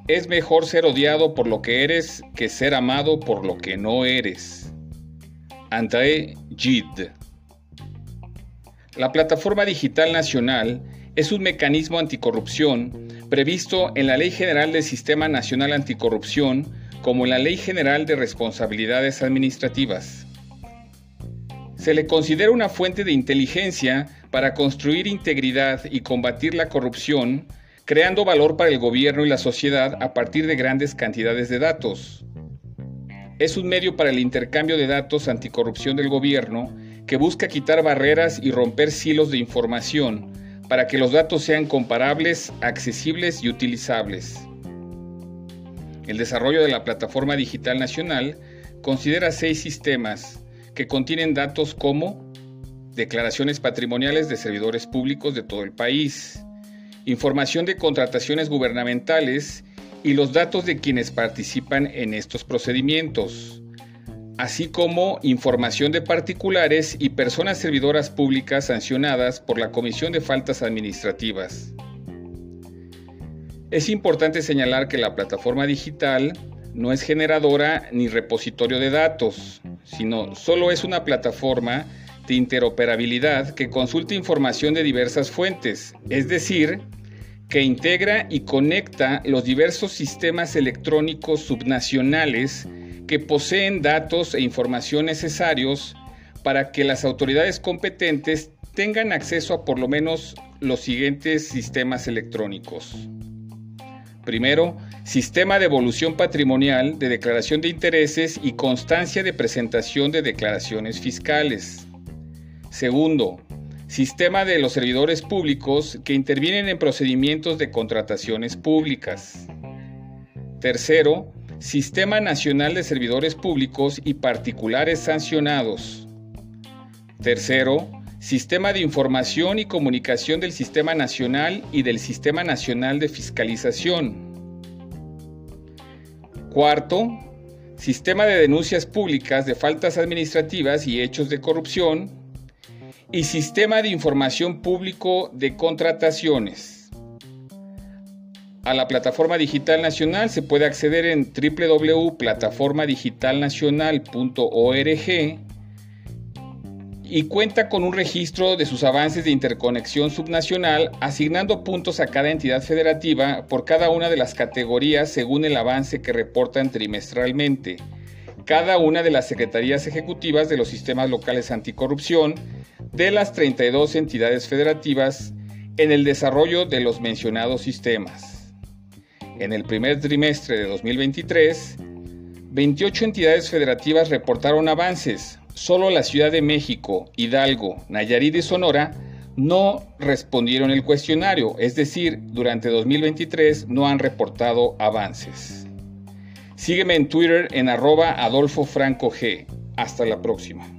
Es mejor ser odiado por lo que eres que ser amado por lo que no eres. André Gide. La Plataforma Digital Nacional es un mecanismo anticorrupción previsto en la Ley General del Sistema Nacional Anticorrupción como en la Ley General de Responsabilidades Administrativas. Se le considera una fuente de inteligencia para construir integridad y combatir la corrupción, creando valor para el gobierno y la sociedad a partir de grandes cantidades de datos. Es un medio para el intercambio de datos anticorrupción del gobierno que busca quitar barreras y romper silos de información para que los datos sean comparables, accesibles y utilizables. El desarrollo de la Plataforma Digital Nacional considera 6 sistemas que contienen datos como declaraciones patrimoniales de servidores públicos de todo el país, información de contrataciones gubernamentales y los datos de quienes participan en estos procedimientos, así como información de particulares y personas servidoras públicas sancionadas por la Comisión de Faltas Administrativas. Es importante señalar que la plataforma digital no es generadora ni repositorio de datos, sino solo es una plataforma de interoperabilidad que consulta información de diversas fuentes, es decir, que integra y conecta los diversos sistemas electrónicos subnacionales que poseen datos e información necesarios para que las autoridades competentes tengan acceso a por lo menos los siguientes sistemas electrónicos. Primero, sistema de evolución patrimonial, de declaración de intereses y constancia de presentación de declaraciones fiscales. Segundo, sistema de los servidores públicos que intervienen en procedimientos de contrataciones públicas. Tercero, Sistema Nacional de Servidores Públicos y Particulares Sancionados. Tercero, Sistema de Información y Comunicación del Sistema Nacional y del Sistema Nacional de Fiscalización. Cuarto, Sistema de Denuncias Públicas de Faltas Administrativas y Hechos de Corrupción. Y Sistema de Información Público de Contrataciones. A la Plataforma Digital Nacional se puede acceder en www.plataformadigitalnacional.org y cuenta con un registro de sus avances de interconexión subnacional, asignando puntos a cada entidad federativa por cada una de las categorías según el avance que reportan trimestralmente cada una de las secretarías ejecutivas de los sistemas locales anticorrupción de las 32 entidades federativas en el desarrollo de los mencionados sistemas. En el primer trimestre de 2023, 28 entidades federativas reportaron avances. Solo la Ciudad de México, Hidalgo, Nayarit y Sonora no respondieron el cuestionario, es decir, durante 2023 no han reportado avances. Sígueme en Twitter en @AdolfoFrancoG. Hasta la próxima.